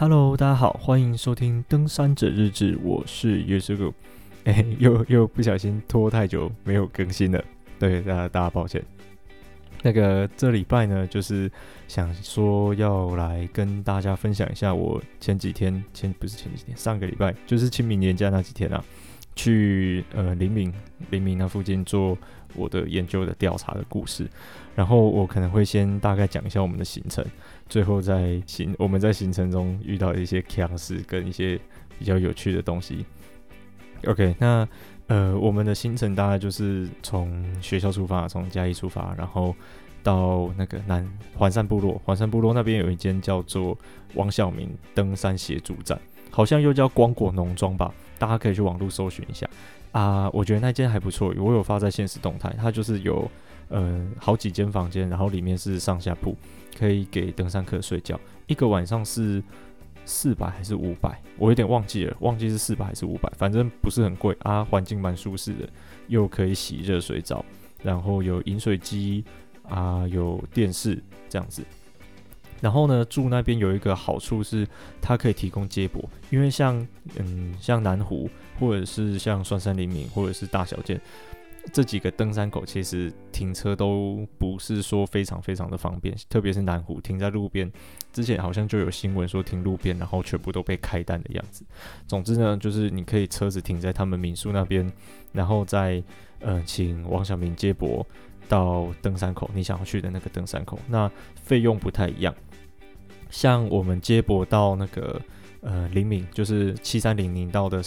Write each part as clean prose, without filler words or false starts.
Hello，大家好，欢迎收听登山者日志，我是约瑟谷。又不小心拖太久没有更新了，对大家抱歉。这礼拜呢，就是想说要来跟大家分享一下我上个礼拜就是清明年假那几天啊，去黎明那附近做我的研究的调查的故事。然后我可能会先大概讲一下我们的行程，最后我们在行程中遇到的一些鏘事跟一些比较有趣的东西。OK， 那我们的行程大概就是从学校出发，从嘉义出发，然后到那个环山部落那边有一间叫做王晓明登山协助站，好像又叫光果农庄吧，大家可以去网络搜寻一下啊。我觉得那间还不错，我有发在限时动态，它就是有好几间房间，然后里面是上下铺，可以给登山客睡觉，一个晚上是400还是500，我有点忘记是400还是500，反正不是很贵啊，环境蛮舒适的，又可以洗热水澡，然后有饮水机啊，有电视这样子。然后呢，住那边有一个好处是，它可以提供接驳，因为像南湖或者是像双山黎明或者是大小件这几个登山口，其实停车都不是说非常非常的方便，特别是南湖停在路边，之前好像就有新闻说停路边，然后全部都被开单的样子。总之呢，就是你可以车子停在他们民宿那边，然后再请王晓明接驳到登山口，你想要去的那个登山口，那费用不太一样。像我们接驳到那个黎明，就是7300到的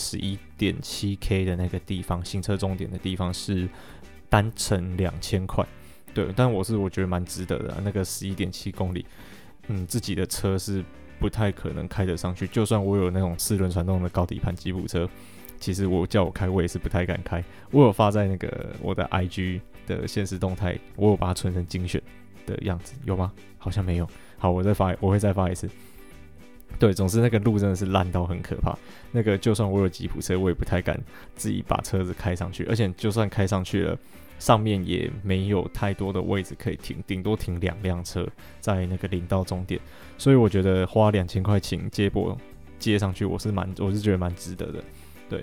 11.7K 的那个地方，行车终点的地方是单程2000块，对，但我觉得蛮值得的那个11.7公里，自己的车是不太可能开得上去，就算我有那种4轮传动的高底盘吉普车，其实叫我开，我也是不太敢开。我有发在那个我的 IG 的限时动态，我有把它存成精选的样子，有吗？好像没有。好，我会再发一次。对，总之那个路真的是烂到很可怕。那个就算我有吉普车，我也不太敢自己把车子开上去，而且就算开上去了，上面也没有太多的位置可以停，顶多停2辆车在那个领到终点。所以我觉得花2000块请接驳接上去，我是觉得蛮值得的。对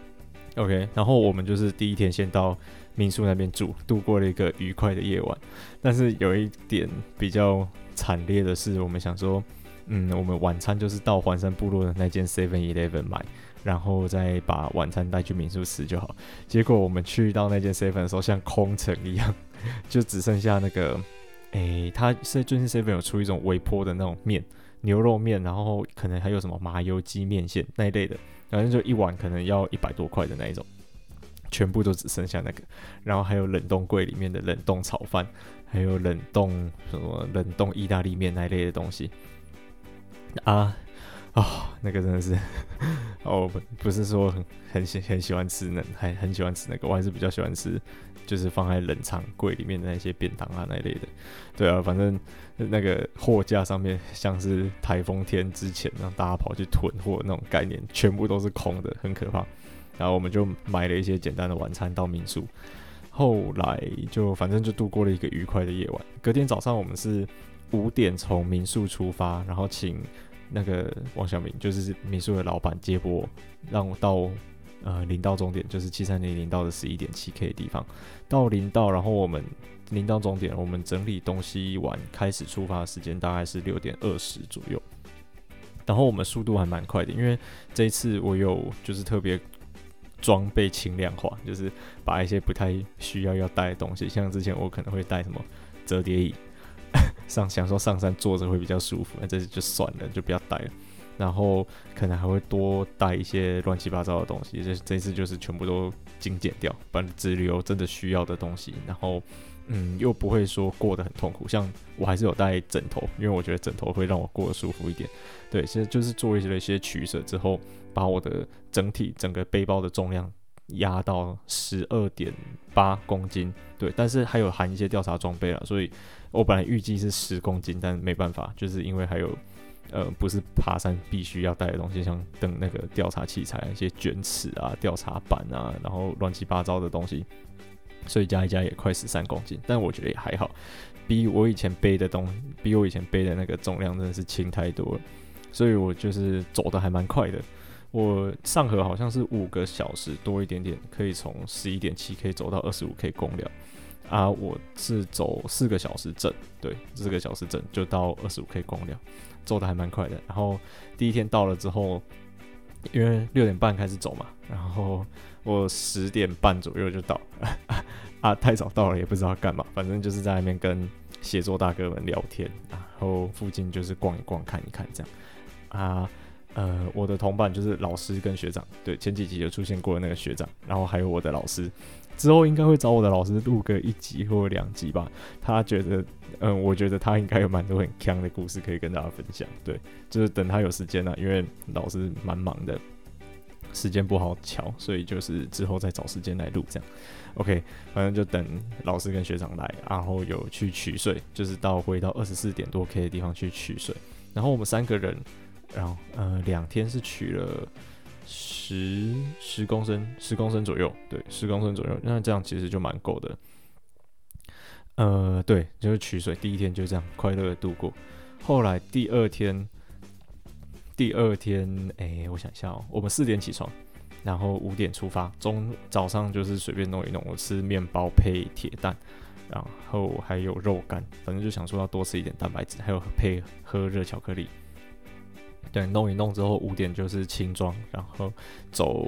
，OK， 然后我们就是第一天先到民宿那边住，度过了一个愉快的夜晚。但是有一点比较惨烈的是，我们想说，我们晚餐就是到环山部落的那间 7-Eleven 买，然后再把晚餐带去民宿吃就好。结果我们去到那间 7 的时候，像空城一样，就只剩下那个，它最近 7有出一种微波的那种面，牛肉面，然后可能还有什么麻油鸡面线那一类的，反正就一碗可能要100多块的那一种。全部都只剩下那个，然后还有冷冻柜里面的冷冻炒饭，还有冷冻意大利面那一类的东西啊，那个真的是不是说很喜欢吃很喜欢吃那个，我还是比较喜欢吃就是放在冷藏柜里面的那些便当啊那一类的。对啊，反正那个货架上面像是台风天之前让大家跑去囤货那种概念，全部都是空的，很可怕。然后我们就买了一些简单的晚餐到民宿，后来反正就度过了一个愉快的夜晚。隔天早上我们是5点从民宿出发，然后请那个王晓明，就是民宿的老板接驳，让我到林道终点，就是7300到的 11.7K 的地方。到林道，然后我们林道终点，我们整理东西完，开始出发的时间大概是6点20左右。然后我们速度还蛮快的，因为这一次我有就是特别装备轻量化，就是把一些不太需要带的东西，像之前我可能会带什么折叠椅，想说上山坐着会比较舒服，那这次就算了，就不要带了。然后可能还会多带一些乱七八糟的东西，这次就是全部都精简掉，只留真的需要的东西，然后又不会说过得很痛苦。像我还是有带枕头，因为我觉得枕头会让我过得舒服一点。对，其实就是做了一些取舍之后，把我的整个背包的重量压到12.8公斤。对，但是还有含一些调查装备啦，所以我本来预计是10公斤，但没办法，就是因为还有不是爬山必须要带的东西，像那个调查器材、一些卷尺啊、调查板啊，然后乱七八糟的东西，所以加一加也快13公斤，但我觉得也还好，比我以前背的那个重量真的是轻太多了。 所以我就是走的还蛮快的。我上河好像是5个小时多一点点，可以从11.7 可以走到25 K 公寮啊。我是走4个小时整，对，4个小时整就到25 K 公寮，走的还蛮快的。然后第一天到了之后，因为6点半开始走嘛，然后我10点半左右就到啊，太早到了也不知道干嘛，反正就是在那边跟协作大哥们聊天，然后附近就是逛一逛看一看这样啊。我的同伴就是老师跟学长，对，前几集有出现过的那个学长，然后还有我的老师，之后应该会找我的老师录个1集或2集吧。他觉得，我觉得他应该有蛮多很强的故事可以跟大家分享。对，就是等他有时间因为老师蛮忙的，时间不好瞧，所以就是之后再找时间来录这样。OK， 反正就等老师跟学长来，然后有去取水，就是回到24点多 K 的地方去取水，然后我们3个人。然后2天是取了10公升左右，对，10公升左右，那这样其实就蛮够的。对，就是取水，第一天就这样快乐的度过。后来第二天，我想一下我们4点起床，然后5点出发，早上就是随便弄一弄，我吃面包配铁蛋，然后还有肉干，反正就想说要多吃一点蛋白质，还有配喝热巧克力。对，弄一弄之后5点就是轻装，然后走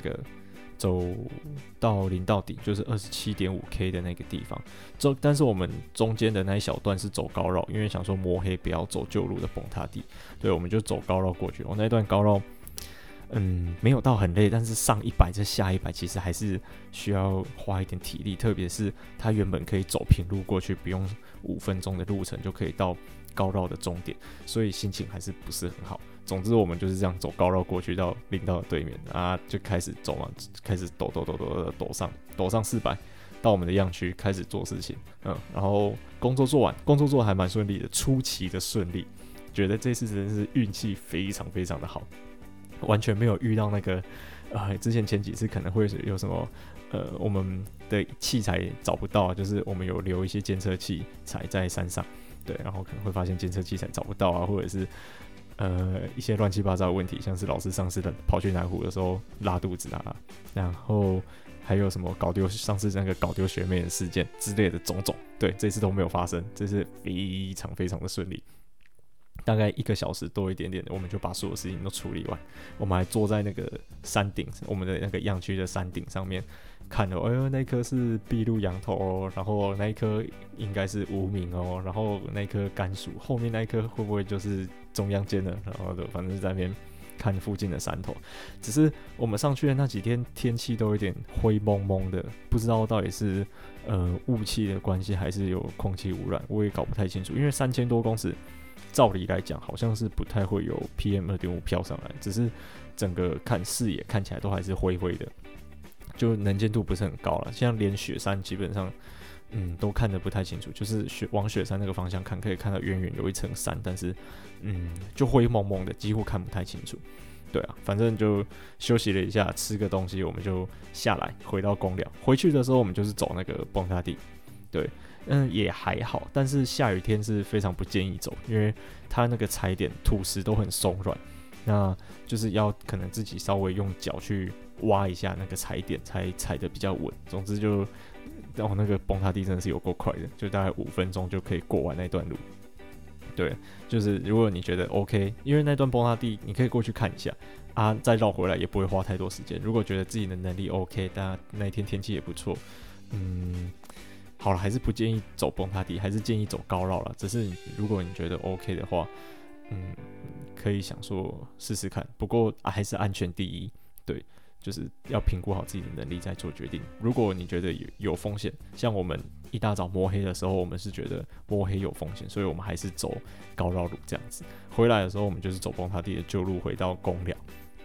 到林到底，就是27.5 K 的那个地方。但是我们中间的那一小段是走高绕，因为想说摸黑不要走旧路的崩塌地，对，我们就走高绕过去。我那一段高绕，没有到很累，但是上100再下100，其实还是需要花一点体力，特别是它原本可以走平路过去，不用5分钟的路程就可以到高绕的终点，所以心情还是不是很好。总之我们就是这样走高绕过去到林道的对面啊，就开始走嘛，开始抖上400，到我们的样区开始做事情，然后工作做完，工作做得还蛮顺利的，出奇的顺利，觉得这次真的是运气非常非常的好，完全没有遇到那个之前前几次可能会有什么我们的器材找不到，就是我们有留一些监测器材在山上，对，然后可能会发现监测器材找不到啊，或者是一些乱七八糟的问题，像是老师上次的跑去南湖的时候拉肚子啊，然后还有什么上次那个搞丢学妹的事件之类的种种，对，这次都没有发生，这次非常非常的顺利。大概1个小时多一点点，我们就把所有事情都处理完。我们还坐在那个山顶，我们的那个样区的山顶上面看了，哎呦，那颗是筚路杨头哦，然后那一颗应该是无名哦，然后那一颗甘薯，后面那一颗会不会就是中央间呢？然后反正在那边看附近的山头。只是我们上去的那几天天气都有点灰蒙蒙的，不知道到底是雾气的关系还是有空气污染，我也搞不太清楚。因为3000多公尺，照理来讲好像是不太会有 PM2.5 飘上来，只是整个视野看起来都还是灰灰的，就能见度不是很高了。像连雪山基本上都看得不太清楚，就是往雪山那个方向看，可以看到远远有一层山，但是就灰蒙蒙的，几乎看不太清楚。对啊，反正就休息了一下，吃个东西，我们就下来回到公寮。回去的时候我们就是走那个崩塌地，对，也还好，但是下雨天是非常不建议走，因为它那个踩点土石都很松软，那就是要可能自己稍微用脚去挖一下那个踩点，才踩得比较稳。总之就，那个崩塌地真的是有够快的，就大概5分钟就可以过完那段路。对，就是如果你觉得 OK， 因为那段崩塌地你可以过去看一下啊，再绕回来也不会花太多时间。如果觉得自己的能力 OK， 但那一天天气也不错，好了，还是不建议走崩塌地，还是建议走高绕啦。只是如果你觉得 OK 的话，可以想说试试看。不过还是安全第一，对，就是要评估好自己的能力再做决定。如果你觉得有风险，像我们一大早摸黑的时候，我们是觉得摸黑有风险，所以我们还是走高绕路这样子。回来的时候，我们就是走崩塌地的旧路回到公寮。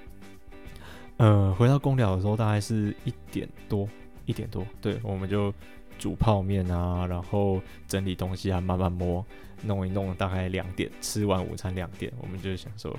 回到公寮的时候大概是1点多，对，我们就煮泡面啊，然后整理东西啊，慢慢摸，弄一弄，大概2点，吃完午餐2点，我们就想说，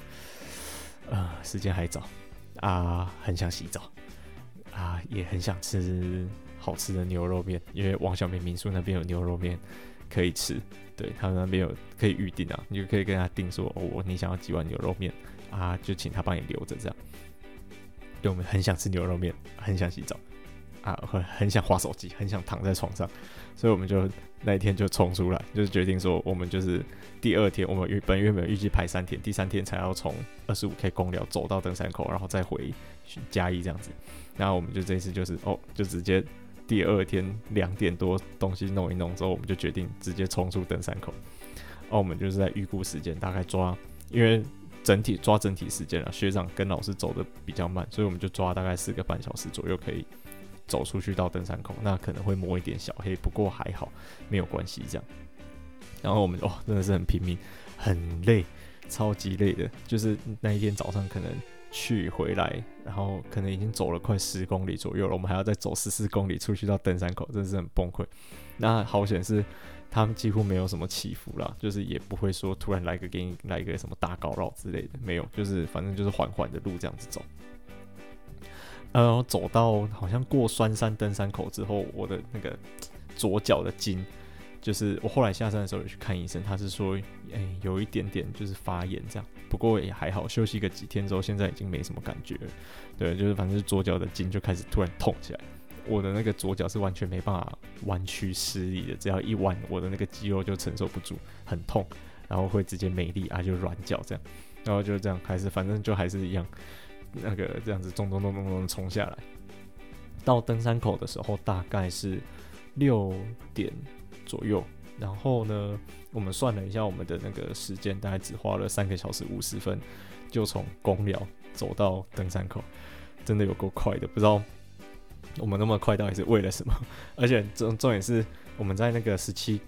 时间还早啊，很想洗澡啊，也很想吃好吃的牛肉面，因为王小明民宿那边有牛肉面可以吃，对他们那边有可以预定啊，你就可以跟他订说，你想要几碗牛肉面啊，就请他帮你留着这样。对，我们很想吃牛肉面，很想洗澡啊，很想滑手机，很想躺在床上，所以我们就那一天就冲出来，就是决定说，我们就是第二天，我们原本预计排3天，第3天才要从25K 公寮走到登山口，然后再回嘉义这样子。然后我们就这一次就是就直接第二天2点多东西弄一弄之后，我们就决定直接冲出登山口。我们就是在预估时间，大概因为整体时间啊，学长跟老师走的比较慢，所以我们就抓大概4个半小时左右可以走出去到登山口。那可能会摸一点小黑，不过还好，没有关系这样。然后我们真的是很拼命，很累，超级累的。就是那一天早上可能去回来，然后可能已经走了快10公里左右了，我们还要再走14公里出去到登山口，真的是很崩溃。那好险是他们几乎没有什么起伏啦，就是也不会说突然给你来一个什么大高绕之类的，没有，就是反正就是缓缓的路这样子走。走到好像过酸山登山口之后，我的那个左脚的筋，就是我后来下山的时候有去看医生，他是说，有一点点就是发炎这样，不过也还好，休息个几天之后，现在已经没什么感觉了。对，就是反正左脚的筋就开始突然痛起来，我的那个左脚是完全没办法弯曲施力的，只要一弯，我的那个肌肉就承受不住，很痛，然后会直接没力啊，就软脚这样，然后就这样开始，反正就还是一样。那个这样子咚冲下来，到登山口的时候大概是6点左右，然后呢，我们算了一下我们的那个时间，大概只花了3个小时50分，就从公寮走到登山口，真的有够快的，不知道我们那么快到底是为了什么？而且重点是我们在那个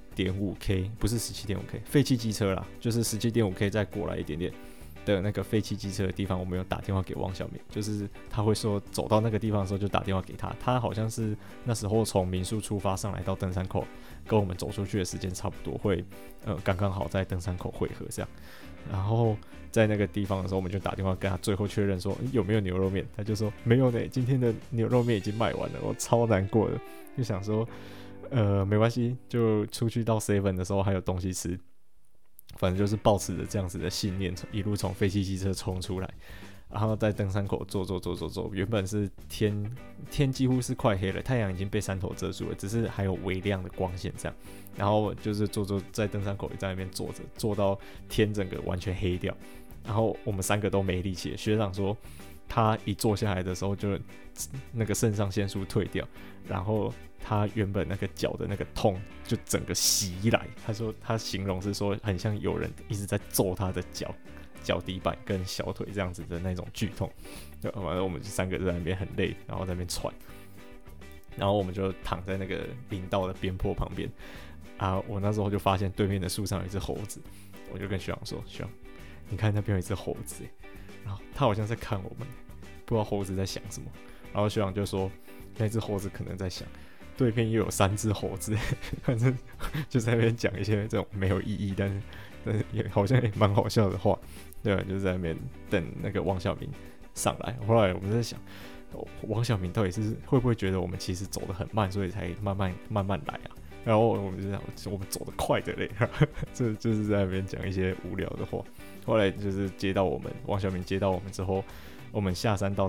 17.5K， 不是17.5K， 废弃机车啦，就是 17.5K 再过来一点点的那个废弃机车的地方，我们有打电话给汪小明，就是他会说走到那个地方的时候就打电话给他，他好像是那时候从民宿出发上来到登山口，跟我们走出去的时间差不多，会刚刚好在登山口汇合这样。然后在那个地方的时候，我们就打电话跟他最后确认说有没有牛肉面，他就说没有呢，今天的牛肉面已经卖完了，我超难过的，就想说没关系，就出去到 7 的时候还有东西吃。反正就是抱持着这样子的信念，一路从废弃机车冲出来，然后在登山口走。原本是天几乎是快黑了，太阳已经被山头遮住了，只是还有微亮的光线这样。然后就是坐在登山口在那边坐到天整个完全黑掉。然后我们3个都没力气。学长说他一坐下来的时候就那个肾上腺素退掉，然后他原本那个脚的那个痛就整个袭来，他说他形容是说很像有人一直在揍他的脚底板跟小腿这样子的那种剧痛。反正我们3个在那边很累，然后在那边喘，然后我们就躺在那个林道的边坡旁边啊。我那时候就发现对面的树上有一只猴子，我就跟学长说：“学长，你看那边有一只猴子。”然后他好像在看我们，不知道猴子在想什么。然后学长就说：“那只猴子可能在想。”对面又有3只猴子，反正就在那边讲一些这种没有意义，但是也好像也蛮好笑的话，对吧？就是在那边等那个汪小明上来。后来我们在想，汪小明到底是会不会觉得我们其实走得很慢，所以才慢慢来啊？然后我们就想，我们走得快的嘞，就是在那边讲一些无聊的话。后来就是汪小明接到我们之后，我们下山到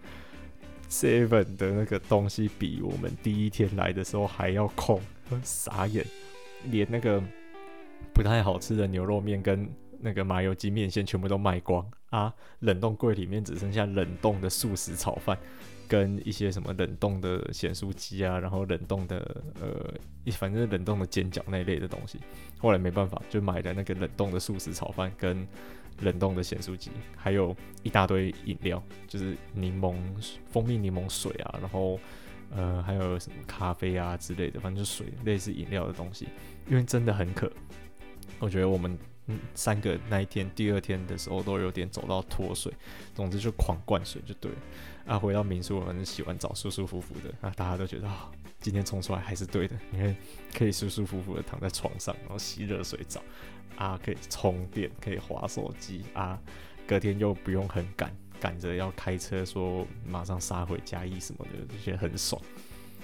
7的那个东西比我们第一天来的时候还要空，傻眼，连那个不太好吃的牛肉面跟那个麻油鸡面线全部都卖光啊！冷冻柜里面只剩下冷冻的素食炒饭跟一些什么冷冻的咸酥鸡啊，然后冷冻的反正冷冻的煎饺那一类的东西。后来没办法，就买了那个冷冻的素食炒饭跟冷冻的咸酥鸡，还有一大堆饮料，就是蜂蜜柠檬水啊，然后还有什么咖啡啊之类的，反正就水类似饮料的东西。因为真的很渴，我觉得我们3个那一天第2天的时候都有点走到脱水，总之就狂灌水就对了。啊，回到民宿反正洗完澡舒舒服服的，啊，大家都觉得今天冲出来还是对的，因为可以舒舒服服的躺在床上，然后洗热水澡。啊，可以充电，可以滑手机啊，隔天又不用很赶着要开车，说马上杀回嘉义什么的，就觉得很爽。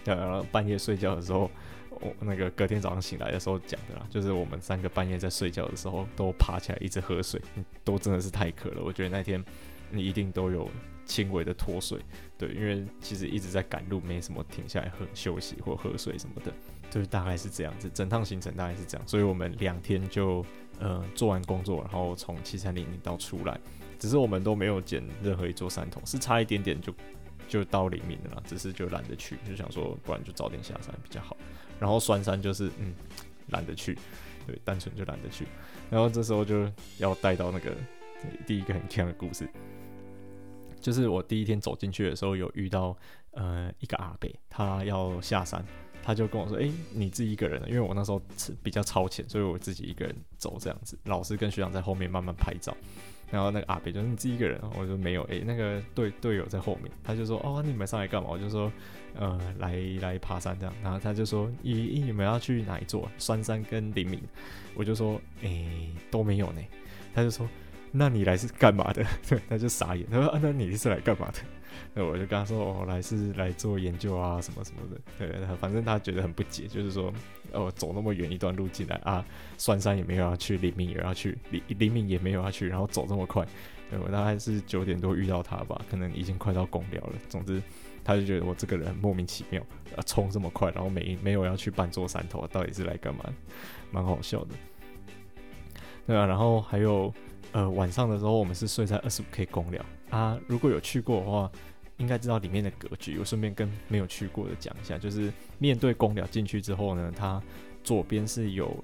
然后半夜睡觉的时候，我那个隔天早上醒来的时候讲的啦，就是我们3个半夜在睡觉的时候都爬起来一直喝水，都真的是太渴了。我觉得那天你一定都有轻微的脱水，对，因为其实一直在赶路，没什么停下来休息或喝水什么的，就是大概是这样子，整趟行程大概是这样，所以我们2天就做完工作，然后从7300到出来，只是我们都没有捡任何一座山头，是差一点点就到黎明了啦，只是就懒得去，就想说不然就早点下山比较好。然后酸山就是懒得去，对，单纯就懒得去。然后这时候就要带到那个第一个很强的故事。就是我第一天走进去的时候，有遇到一个阿伯，他要下山，他就跟我说：“你自己一个人？”因为我那时候比较超前，所以我自己一个人走这样子。老师跟学长在后面慢慢拍照，然后那个阿伯就说：“你自己一个人？”我说：“没有，那个队友在后面。”他就说：“哦，你们上来干嘛？”我就说：“来爬山这样。”然后他就说：“你们要去哪一座？酸山跟黎明？”我就说：“都没有呢。”他就说：“那你来是干嘛的？”对，他就傻眼，他说：“那你是来干嘛的？”那我就跟他说：“是来做研究啊，什么什么的。”对，反正他觉得很不解，就是说，走那么远一段路进来啊，酸山也没有要去，黎明也要去，黎明也没有要去，然后走这么快。对，我大概是9点多遇到他吧，可能已经快到公寮了。总之，他就觉得我这个人莫名其妙，冲这么快，然后没有要去半座山头，到底是来干嘛？蛮好笑的。对啊，然后还有晚上的时候，我们是睡在25K 公寮啊。如果有去过的话，应该知道里面的格局。我顺便跟没有去过的讲一下，就是面对公寮进去之后呢，它左边是有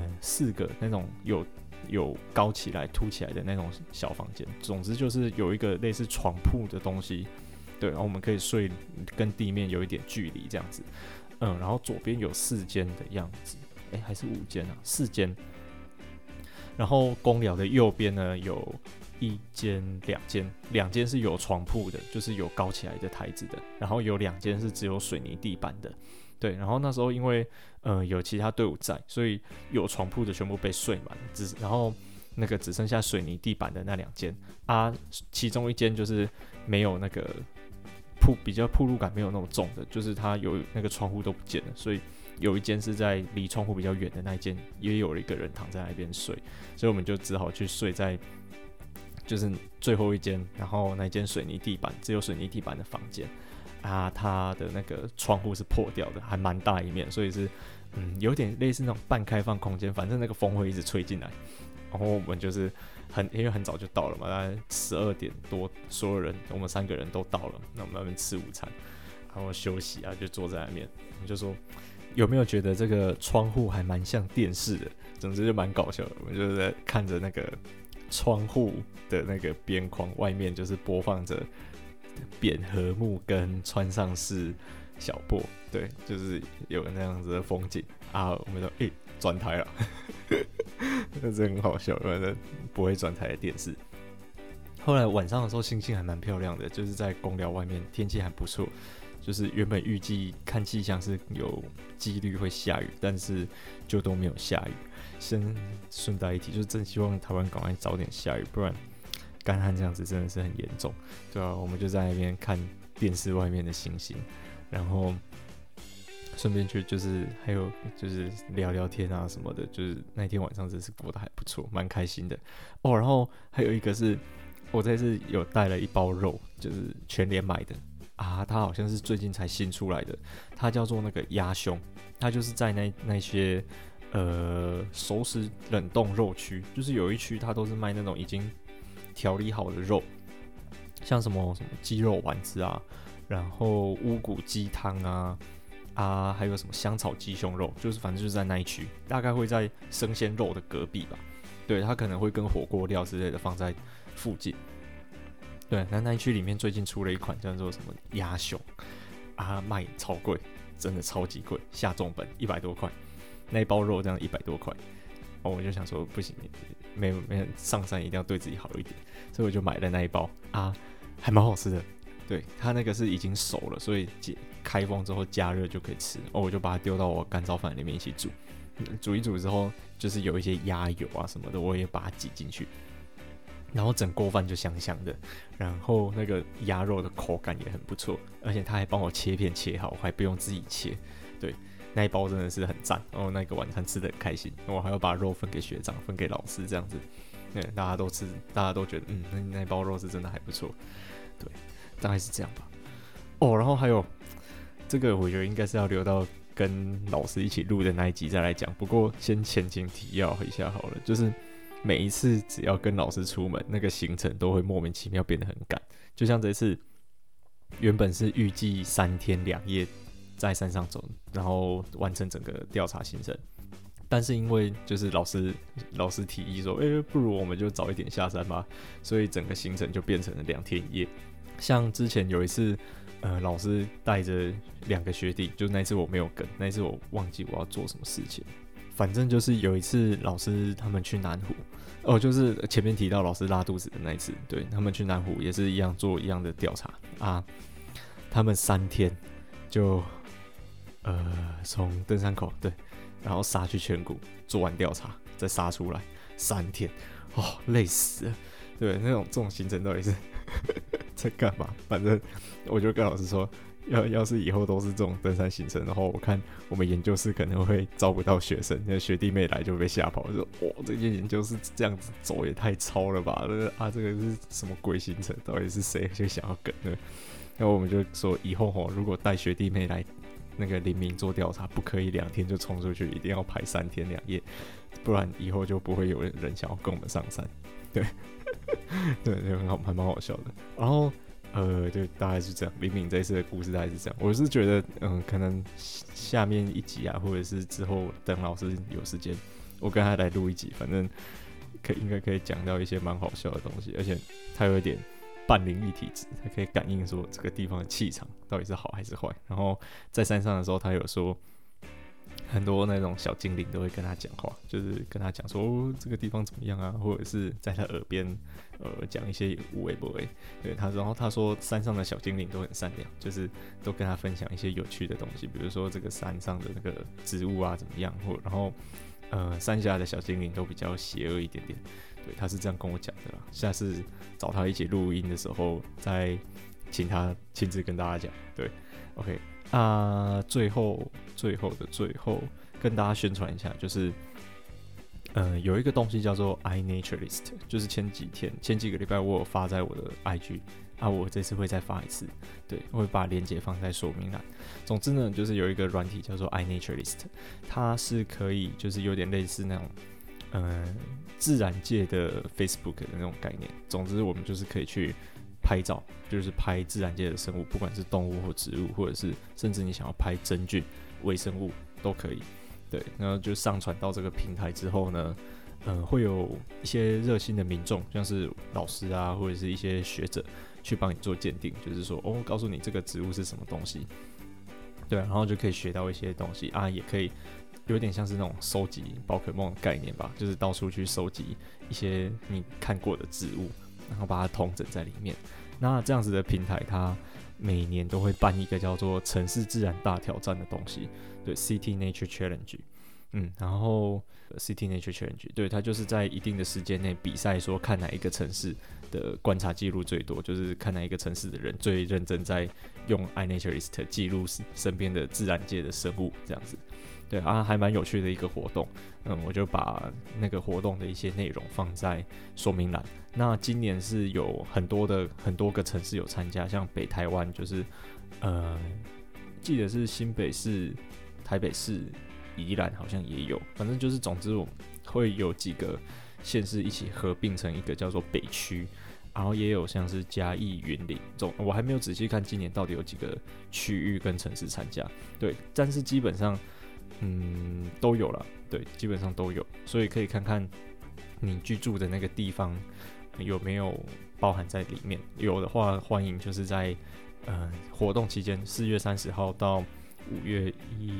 4个那种有高起来凸起来的那种小房间，总之就是有一个类似床铺的东西，对，然后我们可以睡跟地面有一点距离这样子，然后左边有4间的样子，还是5间啊，4间，然后公寮的右边呢有1间、2间是有床铺的，就是有高起来的台子的，然后有2间是只有水泥地板的。对，然后那时候因为有其他队伍在，所以有床铺的全部被睡满，然后那个只剩下水泥地板的那2间啊，其中1间就是没有那个比较暴露感没有那么重的，就是它有那个窗户都不见了，所以有1间是在离窗户比较远的那一间，也有一个人躺在那边睡，所以我们就只好去睡在就是最后1间，然后那间水泥地板只有水泥地板的房间。啊，它的那个窗户是破掉的，还蛮大一面，所以是有点类似那种半开放空间，反正那个风会一直吹进来。然后我们就是因为很早就到了嘛，大概12点多，所有人我们3个人都到了，那我们那边吃午餐，然后休息啊，就坐在那边，我们就说有没有觉得这个窗户还蛮像电视的？总之就蛮搞笑的，我们就在看着那个窗户的那个边框外面，就是播放着扁和木跟川上市小波，对，就是有那样子的风景啊。我们说转台了，那真很好笑，反正不会转台的电视。后来晚上的时候星星还蛮漂亮的，就是在公寮外面天气还不错，就是原本预计看气象是有几率会下雨，但是就都没有下雨。先顺带一提，就是真希望台湾赶快早点下雨，不然干旱这样子真的是很严重，对啊，我们就在那边看电视外面的星星，然后顺便去就是还有就是聊聊天啊什么的，就是那天晚上真是过得还不错，蛮开心的哦。然后还有一个是我这次有带了一包肉，就是全联买的啊，它好像是最近才新出来的，它叫做那个鸭胸，它就是在那些熟食冷冻肉区，就是有一区它都是卖那种已经调理好的肉，像什么鸡肉丸子啊，然后乌骨鸡汤啊，还有什么香草鸡胸肉，就是反正就是在那一区，大概会在生鲜肉的隔壁吧。对，它可能会跟火锅料之类的放在附近。对，那一区里面最近出了一款叫做什么鸭胸啊，卖超贵，真的超级贵，下重本100多块，那一包肉这样100多块。我就想说不行，没上山一定要对自己好一点，所以我就买了那一包啊，还蛮好吃的。对，它那个是已经熟了，所以开封之后加热就可以吃。我就把它丢到我干燥饭里面一起煮，煮一煮之后，就是有一些鸭油啊什么的，我也把它挤进去。 然后整锅饭就香香的，然后那个鸭肉的口感也很不错，而且他还帮我切片切好，我还不用自己切。对，那一包真的是很赞，然后那个晚餐吃得很开心，我还要把肉分给学长，分给老师这样子，对，大家都吃，大家都觉得那一包肉是真的还不错，对，大概是这样吧。哦，然后还有这个，我觉得应该是要留到跟老师一起录的那一集再来讲，不过先前情提要一下好了，就是每一次只要跟老师出门，那个行程都会莫名其妙变得很赶，就像这次原本是预计3天2夜在山上走，然后完成整个调查行程。但是因为就是老师提议说，不如我们就早一点下山吧，所以整个行程就变成了2天1夜。像之前有一次，老师带着2个学弟，就那一次我没有跟，那一次我忘记我要做什么事情。反正就是有一次老师他们去南湖，就是前面提到老师拉肚子的那一次，对，他们去南湖也是一样做一样的调查啊。他们3天就从登山口对，然后杀去泉谷，做完调查再杀出来，3天，累死了。对，这种行程到底是在干嘛？反正我就跟老师说，要是以后都是这种登山行程，然后我看我们研究室可能会招不到学生，那学弟妹来就被吓跑，就说这间研究室这样子走也太超了吧？这个是什么鬼行程？到底是谁就想要跟呢？然后我们就说以后如果带学弟妹来那个林明做调查，不可以2天就冲出去，一定要排3天2夜，不然以后就不会有人想要跟我们上山。对，对，就还蛮好笑的。然后就大概是这样。林明这一次的故事大概是这样。我是觉得可能下面一集啊，或者是之后等老师有时间，我跟他来录一集，反正应该可以讲到一些蛮好笑的东西，而且他有一点半灵异体质，他可以感应说这个地方的气场到底是好还是坏。然后在山上的时候，他有说很多那种小精灵都会跟他讲话，就是跟他讲说这个地方怎么样啊，或者是在他耳边讲一些有的没的。对，然后他说山上的小精灵都很善良，就是都跟他分享一些有趣的东西，比如说这个山上的那个植物啊怎么样，然后山下的小精灵都比较邪恶一点点。对，他是这样跟我讲的啦。下次找他一起录音的时候，再请他亲自跟大家讲。对 ，OK 最后跟大家宣传一下，就是有一个东西叫做 iNaturalist， 就是前几个礼拜我有发在我的 IG 我这次会再发一次，对，我会把链接放在说明栏。总之呢，就是有一个软体叫做 iNaturalist， 它是可以就是有点类似那种自然界的 Facebook 的那种概念。总之，我们就是可以去拍照，就是拍自然界的生物，不管是动物或植物，或者是甚至你想要拍真菌、微生物都可以。对，然后就上传到这个平台之后呢，会有一些热心的民众，像是老师啊，或者是一些学者去帮你做鉴定，就是说告诉你这个植物是什么东西。对，然后就可以学到一些东西也可以有点像是那种收集宝可梦的概念吧，就是到处去收集一些你看过的植物，然后把它统整在里面。那这样子的平台，它每年都会办一个叫做城市自然大挑战的东西，对 ，City Nature Challenge。然后 City Nature Challenge， 对，它就是在一定的时间内比赛，说看哪一个城市的观察记录最多，就是看哪一个城市的人最认真在用 iNaturalist 记录身边的自然界的生物，这样子。对还蛮有趣的一个活动。我就把那个活动的一些内容放在说明栏。那今年是有很多个城市有参加，像北台湾就是记得是新北市、台北市、宜兰好像也有，反正就是总之我们会有几个县市一起合并成一个叫做北区，然后也有像是嘉义、云林，我还没有仔细看今年到底有几个区域跟城市参加，对，但是基本上都有了，对，基本上都有，所以可以看看你居住的那个地方有没有包含在里面，有的话欢迎就是在活动期间4月30号到5月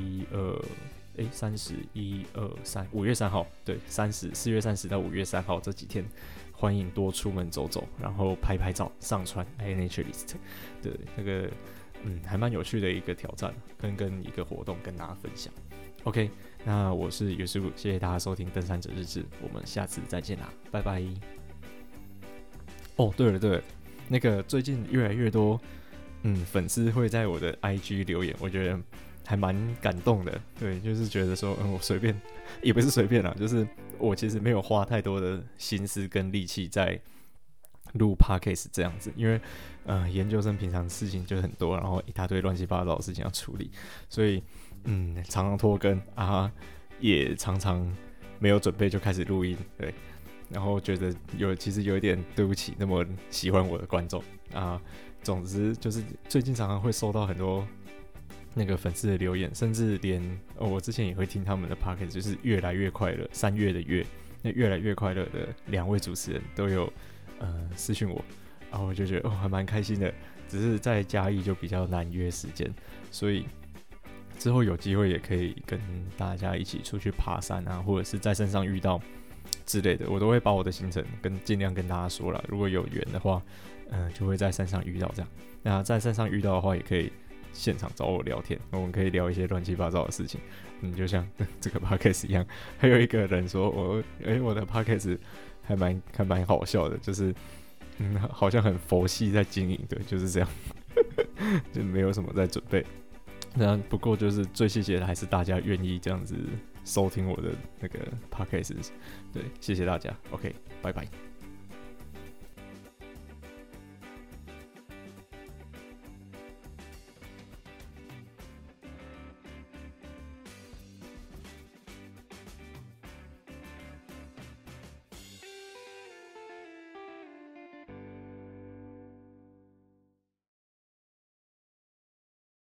5月3号，对，4月30到5月3号这几天，欢迎多出门走走，然后拍拍照，上传 iNaturalist 的那个还蛮有趣的一个挑战，跟一个活动跟大家分享。OK， 那我是尤师傅，谢谢大家收听登山者日志，我们下次再见啦，拜拜。 哦，对了对了，那个最近越来越多粉丝会在我的 IG 留言，我觉得还蛮感动的。对，就是觉得说我随便也不是随便啦，就是我其实没有花太多的心思跟力气在录 podcast 这样子，因为研究生平常事情就很多，然后一大堆乱七八糟的事情要处理，所以常常拖更啊，也常常没有准备就开始录音，对，然后觉得其实有一点对不起那么喜欢我的观众啊。总之就是最近常常会收到很多那个粉丝的留言，甚至连我之前也会听他们的 podcast， 就是越来越快乐3月的月，那越来越快乐的2位主持人都有私讯我，然后我就觉得还蛮开心的。只是在嘉义就比较难约时间，所以之后有机会也可以跟大家一起出去爬山啊，或者是在山上遇到之类的，我都会把我的行程尽量跟大家说了。如果有缘的话，就会在山上遇到这样。那在山上遇到的话，也可以现场找我聊天，我们可以聊一些乱七八糟的事情。就像这个 podcast 一样。还有一个人说我的 podcast 还蛮好笑的，就是好像很佛系在经营，对，就是这样，就没有什么在准备。那不过就是最谢谢的还是大家愿意这样子收听我的那个 podcast， 对，谢谢大家 ，OK， 拜拜。